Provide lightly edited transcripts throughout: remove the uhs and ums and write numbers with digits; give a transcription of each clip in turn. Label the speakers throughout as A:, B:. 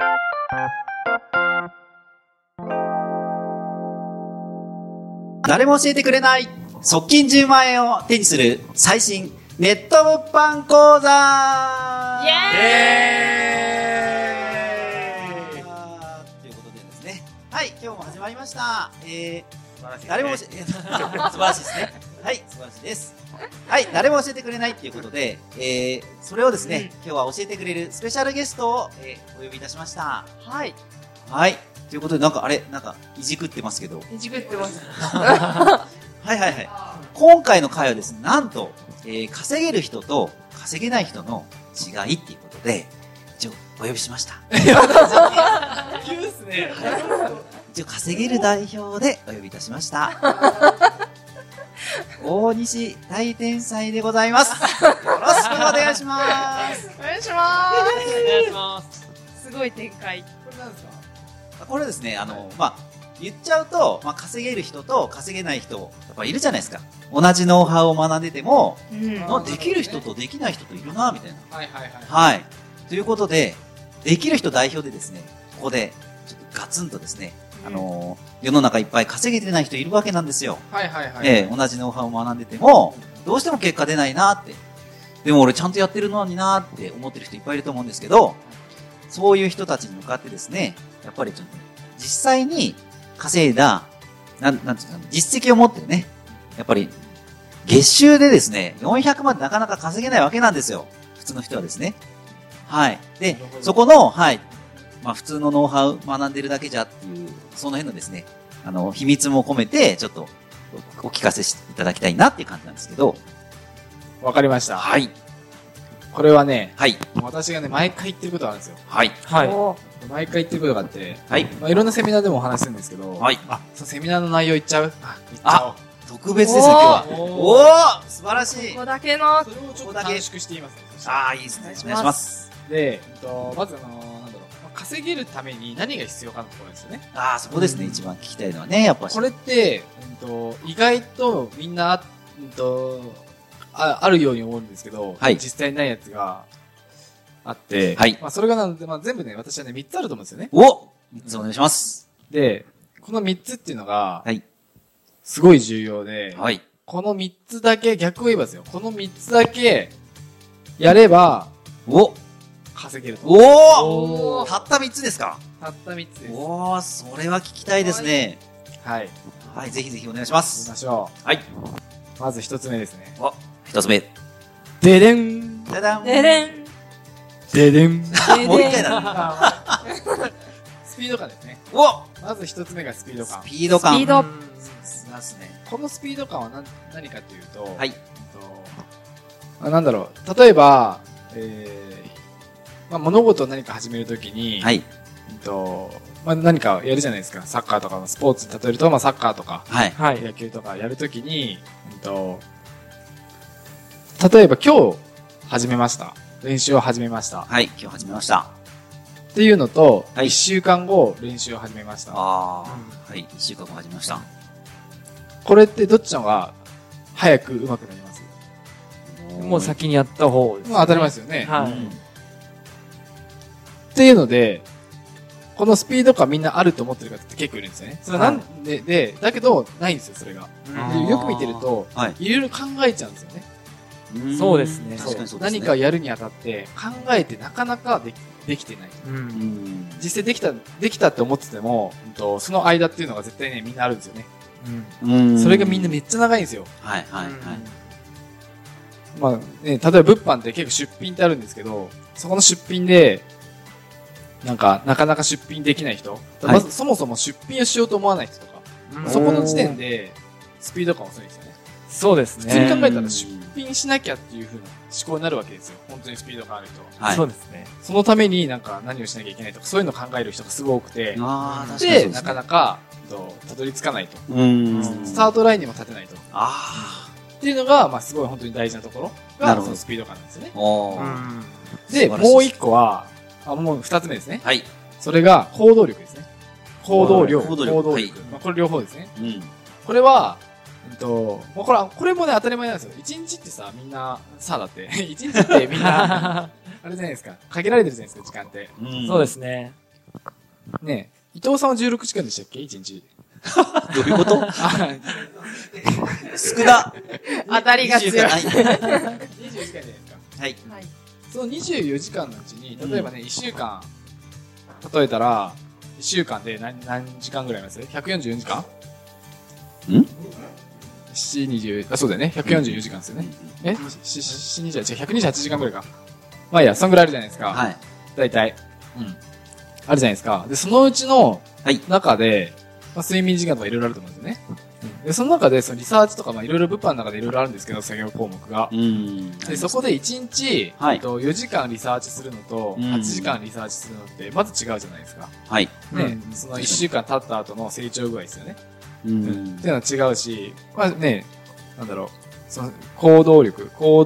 A: 誰も教えてくれない側近10万円を手にする最新ネット物販講座。
B: イエ
A: ーイということでですね、はい、今日も始まりました。誰も教え素晴らしいですね。はい、素晴らしいです。はい、誰も教えてくれないっていうことで、それをですね、今日は教えてくれるスペシャルゲストを、お呼びいたしました。
B: はい。
A: はい。ということで、なんかいじくってますけど。
B: いじくってます。
A: はいはいはい。今回の回はですね、なんと、稼げる人と稼げない人の違いっていうことで、一応お呼びしました。
C: 急ですね。
A: 一応稼げる代表でお呼びいたしました。大西大天才でございます。よろしくお願いします。
B: お願いします。
C: お願いします。
B: すごい展開。
C: これなんですか？
A: これですね、言っちゃうと、稼げる人と稼げない人、やっぱいるじゃないですか。同じノウハウを学んでても、できる人とできない人といるな、みたいな。
C: はいはいはい。
A: はい。ということで、できる人代表でですね、ここで、ちょっとガツンとですね、世の中いっぱい稼げてない人いるわけなんですよ。
C: はいはいはい。
A: 同じノウハウを学んでても、どうしても結果出ないなって。でも俺ちゃんとやってるのになって思ってる人いっぱいいると思うんですけど、そういう人たちに向かってですね、やっぱりちょっと、実際に稼いだ、なんていうか、実績を持ってね、やっぱり、月収でですね、400万ってなかなか稼げないわけなんですよ。普通の人はですね。はい。で、そこの、はい。普通のノウハウ学んでるだけじゃっていう、その辺のですね、秘密も込めて、ちょっと、お聞かせしていただきたいなっていう感じなんですけど。
C: わかりました。
A: はい。
C: これはね、
A: はい。
C: 私がね、毎回言ってることがあるんですよ。
A: はい。
B: はい。
C: 毎回言ってることがあって、
A: はい。
C: いろんなセミナーでもお話しするんですけど、
A: はい。
C: そのセミナーの内容言っちゃう？言っちゃおう。
A: 特別ですよ、今日は。おー素晴らしい。
B: ここだけの。
C: それをちょっと短縮して言いますね。
A: いいですね。お願いします。
C: で、まず稼げるために何が必要かのところですよね。
A: そこですね。一番聞きたいのはね、やっぱり。
C: これって、意外とみんな、あるように思うんですけど、
A: はい、
C: 実際にないやつがあって、
A: はい。
C: それがなので、全部ね、私はね、3つあると思うんですよね。
A: 3つお願いします。
C: で、この3つっていうのが、
A: はい。
C: すごい重要で、
A: はい。
C: この3つだけ、逆を言えばですよ、この3つだけ、やれば、稼げると。
A: たった3つですか？
C: たった3つです。
A: それは聞きたいですね。
C: はい。
A: はい、ぜひぜひお願いします。
C: 行きましょ
A: う。はい。
C: まず1つ目ですね。
A: 1つ目。
C: ででん。
A: ででん。
B: ででん。
C: ででん。
A: もう一回だ。
C: スピード感ですね。まず1つ目がスピード感。
A: スピード感。
B: スピード。
A: ですね。
C: このスピード感は何かというと、
A: はい。
C: なんだろう。例えば、物事を何か始めるときに、
A: はい。
C: 何かやるじゃないですか。サッカーとかのスポーツに例えると、サッカーとか、
A: はい。
C: 野球とかやるときに、例えば今日始めました。練習を始めました。
A: はい、今日始めました。
C: っていうのと、
A: はい、
C: 1週間後練習を始めました。
A: はい、1週間後始めました。
C: これってどっちの方が早く上手くなります？
D: もう先にやった方ですね。
C: 当たり前ですよね。
D: はい。
C: っていうので、このスピード感みんなあると思ってる方って結構いるんですよね。それなんで、だけど、ないんですよ、それが。よく見てると、いろいろ考えちゃうんですよね。
D: そうですね。
A: 確かにそうですね。
C: 何かやるにあたって考えてなかなかできてない。実際できたって思ってても、その間っていうのが絶対ね、みんなあるんですよね。それがみんなめっちゃ長いんですよ。
A: はいはいはい。
C: 例えば物販って結構出品ってあるんですけど、そこの出品で、なかなか出品できない人、まずそもそも出品をしようと思わない人とか、そこの時点でスピード感遅いんですよね。
D: そうですね。
C: 普通に考えたら出品しなきゃっていう風な思考になるわけですよ。本当にスピード感ある人
D: は。そうですね。
C: そのために何をしなきゃいけないとか、そういうのを考える人がすごい多くて、
A: で、
C: なかなかたどり着かないと。スタートラインにも立てないと。っていうのが、すごい本当に大事なところが、そのスピード感なんですよね。で、もう一個は、もう二つ目ですね。
A: はい。
C: それが、行動力ですね。行動力。これ両方ですね。これは、これもね、当たり前なんですよ。一日ってさ、みんな、だって、一日ってみんな、あれじゃないですか。限られてるじゃないですか、時間って。
D: そうですね。
C: ね、伊藤さんは16時間でしたっけ ?1 日。
A: どういうこと少な。
B: 当たりが強い。
C: 24時間じゃないですか。
A: はい。
C: その24時間のうちに、例えばね、1週間、例えたら、1週間で何時間ぐらいあります ?144 時間
A: ん
C: ?7、20、あ、そうだよね。144時間ですよね。128時間ぐらいか。まあいいや、そんぐらいあるじゃないですか。
A: はい。
C: 大体。あるじゃないですか。で、そのうちの中で、睡眠時間とかいろいろあると思うんですよね。で、その中で、そのリサーチとか、いろいろ物販の中でいろいろあるんですけど、作業項目が。で、そこで1日、4時間リサーチするのと、8時間リサーチするのって、まず違うじゃないですか。
A: はい。
C: ね、その1週間経った後の成長具合ですよね。っていうのは違うし、まあね、なんだろう、その、行動力。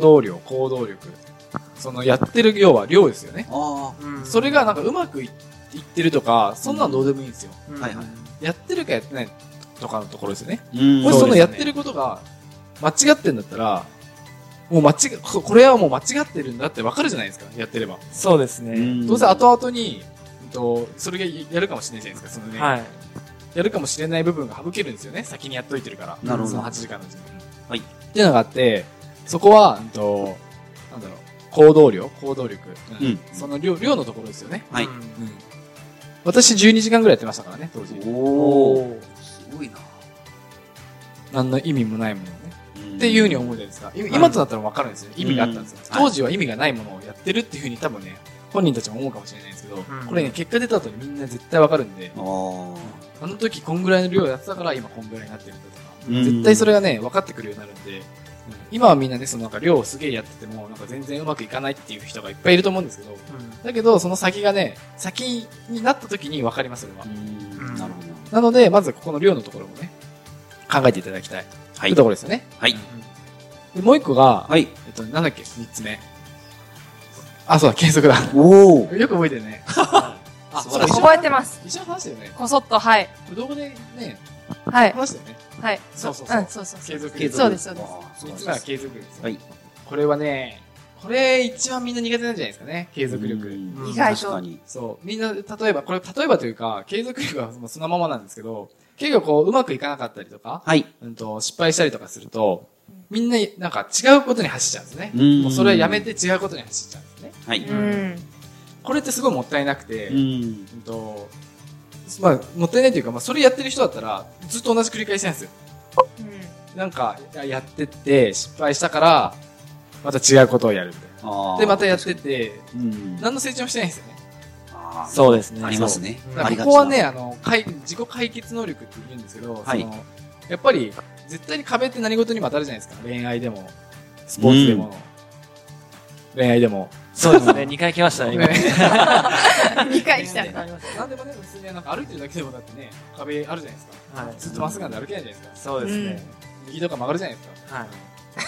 C: その、やってる量は量ですよね。それがなんかうまくいってるとか、そんなのどうでもいいんですよ。
A: はいはい。
C: やってるかやってないとかのところですよね。もしそのやってることが間違ってんだったら、もうこれはもう間違ってるんだってわかるじゃないですか、やってれば。
D: そうですね。
C: どうせ後々に、それがやるかもしれないじゃないですか、そのね。はい。やるかもしれない部分が省けるんですよね、先にやっといてるから。
A: なるほど。
C: その8時間のうちに。
A: はい。
C: っていうのがあって、そこは、なんだろう、行動力。その量のところですよね。
A: はい。
C: 私12時間ぐらいやってましたからね、当時。
A: おー。すごいな。
C: 何の意味もないものをね。っていう風に思うじゃないですか。今となったら分かるんですよ。意味があったんですよ。当時は意味がないものをやってるっていう風に多分ね、本人たちも思うかもしれないんですけど、これね、結果出た後にみんな絶対分かるんで、あの時こんぐらいの量やってたから今こんぐらいになってるんだとか、絶対それがね、分かってくるようになるんで、今はみんなね、そのなんか量をすげえやってても、なんか全然うまくいかないっていう人がいっぱいいると思うんですけど、だけど、その先がね、先になった時に分かります、それは。
A: なるほど。
C: なので、まずここの量のところもね、考えていただきたい。はい。というところですよね。
A: はい。
C: で、もう一個が、
A: はい。
C: なんだっけ、三つ目。あ、そうだ、継続だ。
A: おー。
C: よく覚えてるね。
B: あ、覚えてます。
C: 一緒に話したよね。
B: こそっと、はい。
C: 動画でね、
B: はい。
C: 話したよね。
B: はい。
C: そうそう。継続。
B: そうです、そうです。
C: 三つ目は継続力です。
A: はい。
C: これはね、これ一番みんな苦手なんじゃないですかね。継続力。
B: 意外と。
C: そう。みんな、例えばというか、継続力はそのままなんですけど、結構こう、うまくいかなかったりとか、
A: はい。
C: 失敗したりとかすると、みんな、なんか違うことに走っちゃうんですね。もうそれはやめて違うことに走っちゃうんですね。
A: はい。
C: これってすごいもったいなくて、まあ、もったいないというか、まあ、それやってる人だったら、ずっと同じ繰り返しなんですよ。なんか、やってって、失敗したから、また違うことをやるみたいな。で、またやってって、何の成長もしてないんですよね。
D: そうですね。
A: ありますね。
C: ここはね、自己解決能力って言うんですけど、やっぱり、絶対に壁って何事にも当たるじゃないですか。恋愛でも、スポーツでも、恋愛でも。
D: そうですね。2回来ましたね、今。
B: 2回来た。
C: なんでもね、別になんか歩いてるだけでもだってね、壁あるじゃないですか。はい。ずっとまっすぐなんで歩けないじゃないですか。
D: そうですね。
C: 右とか曲がるじゃないですか。はい。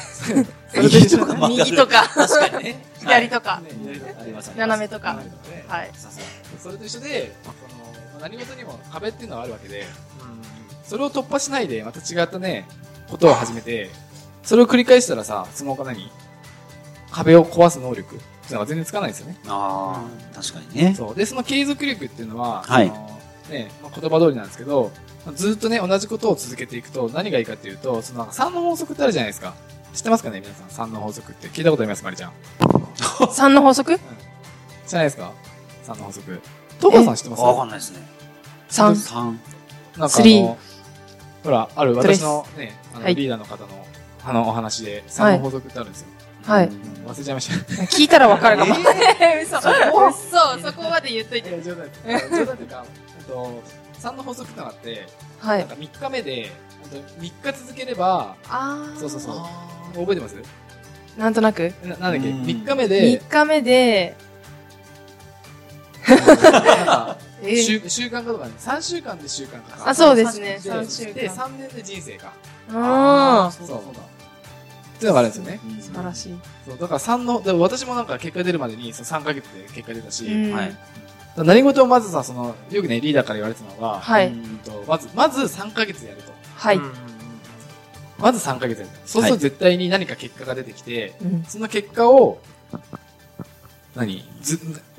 B: 右とか、確かにね。左とか、斜めとか。はい。
C: それと一緒で、何事にも壁っていうのはあるわけで、それを突破しないで、また違ったね、ことを始めて、それを繰り返したらさ、その壁を壊す能力っていうのが全然つかないですよね。
A: ああ、確かにね。
C: そう。で、その継続力っていうのは、
A: はい。
C: ね、言葉通りなんですけど、ずっとね、同じことを続けていくと何がいいかっていうと、その3の法則ってあるじゃないですか。知ってますかね皆さん。3の法則って聞いたことありますまりちゃん。
B: 3の法則
C: 知らないですか ?3 の法則。東川さん知ってますか？
A: わかんないですね。
B: 3。
C: なんかほら、私のね、リーダーの方のお話で3の法則ってあるんですよ。
B: はい。
C: 忘れちゃいました。
B: 聞いたらわかるかも。嘘。そこまで言っといて。
C: 冗談っていうか、3の法則ってのがあって、なんか3日目で、3日続ければ、そう。覚えてます？
B: なんとなく
C: なんだっけ ?3 日目で、
B: 3日目で、
C: なんか、習慣化とかね、3週間で習慣化か。
B: あ、そうですね。3週間。
C: で、3年で人生か。
B: そう
C: だ。っていうのがあるんですよね。
B: 素晴らしい。
C: そう、だから私もなんか結果出るまでに3ヶ月で結果出たし、はい。何事をまずさ、よくね、リーダーから言われてたのが、
B: はい。
C: まず3ヶ月やると。
B: はい。
C: まず3ヶ月やると。そうすると絶対に何か結果が出てきて、その結果を、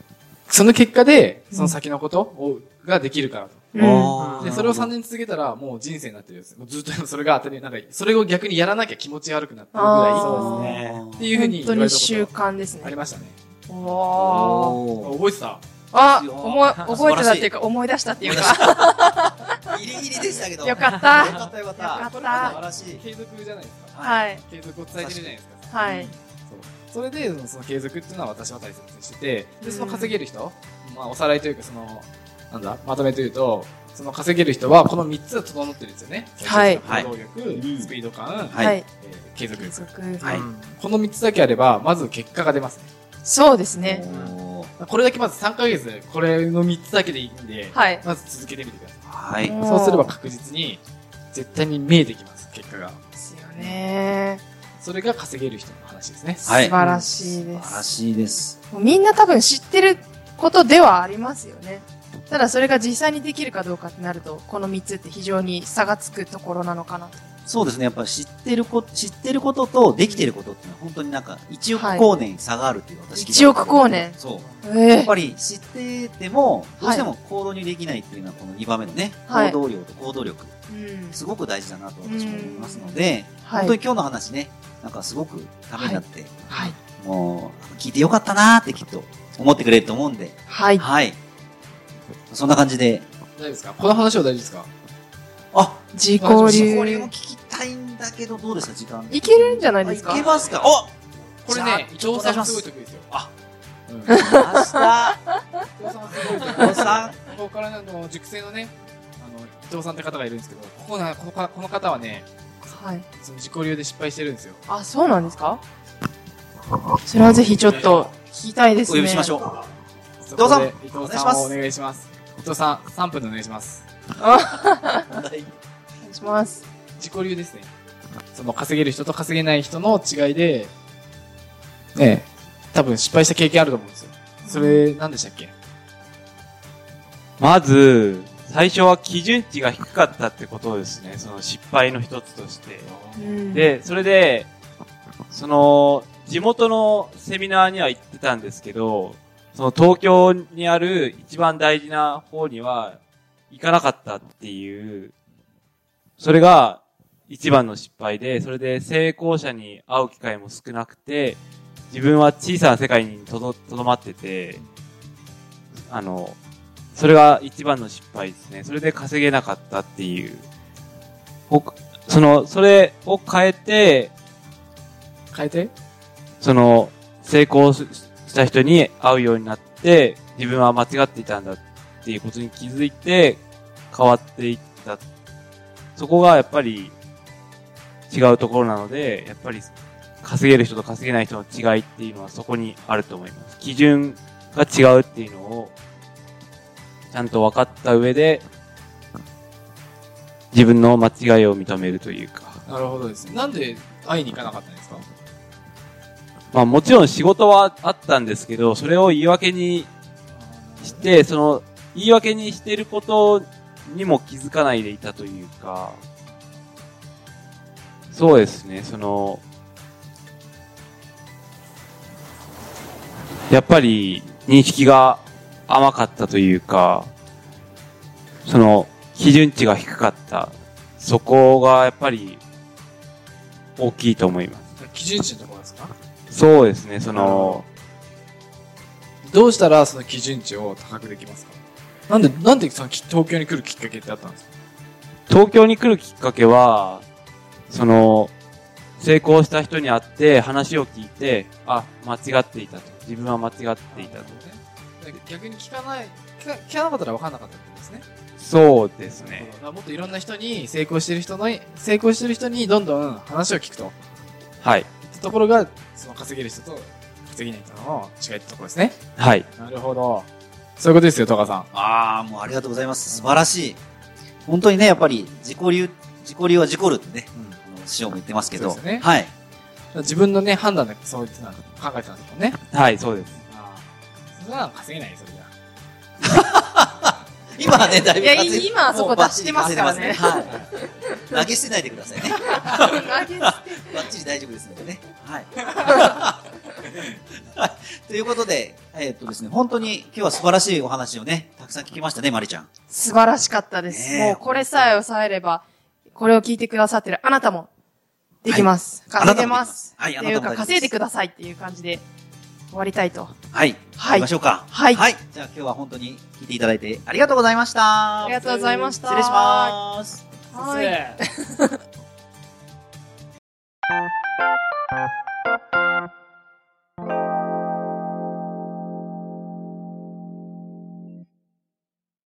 C: その結果で、その先のことができるからと。で、それを3年続けたら、もう人生になってるんです。ずっとそれが当たり、なんか、それを逆にやらなきゃ気持ち悪くなってるぐらい。
B: そう
D: ですね。
C: っていうふうに言われたこと。
B: 本当に習慣ですね。
C: ありましたね。
B: 覚
C: えてた？
B: 覚えてたっていうか、思い出したっていうか。
A: ギリギリでしたけど。
B: よかった。
A: よかったよかった。
B: よかった。
C: 素晴らしい。継続じゃないですか。
B: はい。
C: 継続を伝えてるじゃないですか。
B: はい。
C: それで、その継続っていうのは私は大切にしてて、で、その稼げる人、まあ、おさらいというか、まとめというと、その稼げる人は、この3つが整ってるんですよね。
B: はい。
C: 行動力、スピード感、
B: はい。
C: 継続力。
B: はい。
C: この3つだけあれば、まず結果が出ますね。
B: そうですね。
C: これだけまず3ヶ月で、これの3つだけでいいんで、はい。まず続けてみてください。はい。そうすれば確実に、絶対に見えてきます、結果が。
B: ですよね。
C: それが稼げる人の話ですね。
B: はい。素晴らしいです。
A: 素晴らしいです。
B: みんな多分知ってることではありますよね。ただそれが実際にできるかどうかってなると、この3つって非常に差がつくところなのかなと。
A: そうですね。やっぱり知ってることとできてることっていうのは本当になんか1億光年差があるっていう私聞いた。
B: 1億光年。
A: そう。やっぱり知ってても、どうしても行動にできないっていうのはこの2番目のね、行動量と行動力。すごく大事だなと私も思いますので、本当に今日の話ね、なんかすごくためになって、もう聞いてよかったなーってきっと思ってくれると思うんで、はい。はい。そんな感じで。
C: 大丈夫ですか？この話は大丈夫ですか？
B: 自己流。
A: 自己流も聞きたいんだけど、どうですか時間。
B: いけるんじゃないですか？
A: いけますか？
C: これね、伊藤さんすごい得意ですよ。
A: 明日。伊藤さんはすごい得意。伊藤さん。
C: ここから熟成のね、伊藤さんって方がいるんですけど、この方はね、はい。その自己流で失敗してるんですよ。
B: あ、そうなんですか？それはぜひちょっと聞きたいですね。
A: お呼びしましょう。
C: 伊藤さん。伊藤さんをお願いします。伊藤さん、3分でお願いします。
B: お願いします。
C: 自己流ですね。その稼げる人と稼げない人の違いで、ね、多分失敗した経験あると思うんですよ。それ、何でしたっけ？
D: まず、最初は基準値が低かったってことですね。その失敗の一つとして。で、それで、地元のセミナーには行ってたんですけど、その東京にある一番大事な方には行かなかったっていう、それが一番の失敗で、それで成功者に会う機会も少なくて、自分は小さな世界にとどまってて、それが一番の失敗ですね。それで稼げなかったっていう。それを変えて、成功した人に会うようになって、自分は間違っていたんだっていうことに気づいて、変わっていった。そこがやっぱり違うところなので、やっぱり稼げる人と稼げない人の違いっていうのはそこにあると思います。基準が違うっていうのを、ちゃんと分かった上で、自分の間違いを認めるというか。
C: なるほどですね。なんで会いに行かなかったんですか？
D: まあもちろん仕事はあったんですけど、それを言い訳にして、言い訳にしていることにも気づかないでいたというか、そうですね、やっぱり認識が甘かったというか、基準値が低かった。そこがやっぱり大きいと思います。
C: 基準値のところですか？
D: そうですね、
C: どうしたらその基準値を高くできますか？なんで東京に来るきっかけってあったんですか？
D: 東京に来るきっかけは、成功した人に会って話を聞いて、間違っていたと。自分は間違っていたと。
C: 逆に聞かなかったら分かんなかったってことですね。
D: そうですね。
C: もっといろんな人に成功してる人にどんどん話を聞くと。
D: はい。
C: ってところが、稼げる人と稼げない人の違いってところですね。
D: はい。
C: なるほど。そういうことですよ、戸川さ
A: ん。もうありがとうございます。素晴らしい。本当にね、やっぱり自己流は事故るってね、師匠も言ってますけど。そうですね。はい。
C: 自分のね、判断でそう言ってた考えてたんですもんね。
D: はい、そうです。
C: それは稼げない、それじゃ。
A: 今はね、だいぶ
B: 今はそこ出してますからね。
A: はい。投げ捨てないでくださいね。バッチリ大丈夫ですのでね。はい。ということで、 ですね、本当に今日は素晴らしいお話をね、たくさん聞きましたね、まりちゃん。
B: 素晴らしかったです。もうこれさえ抑えれば、これを聞いてくださってるあなたもできます。稼げます。はい、っていうか、稼いでくださいっていう感じで終わりたいと。
A: はい。はい。行きましょうか。はい。はい。じゃあ今日は本当に聞いていただいてありがとうございました。
B: ありがとうございました。
A: 失礼します。
B: はい。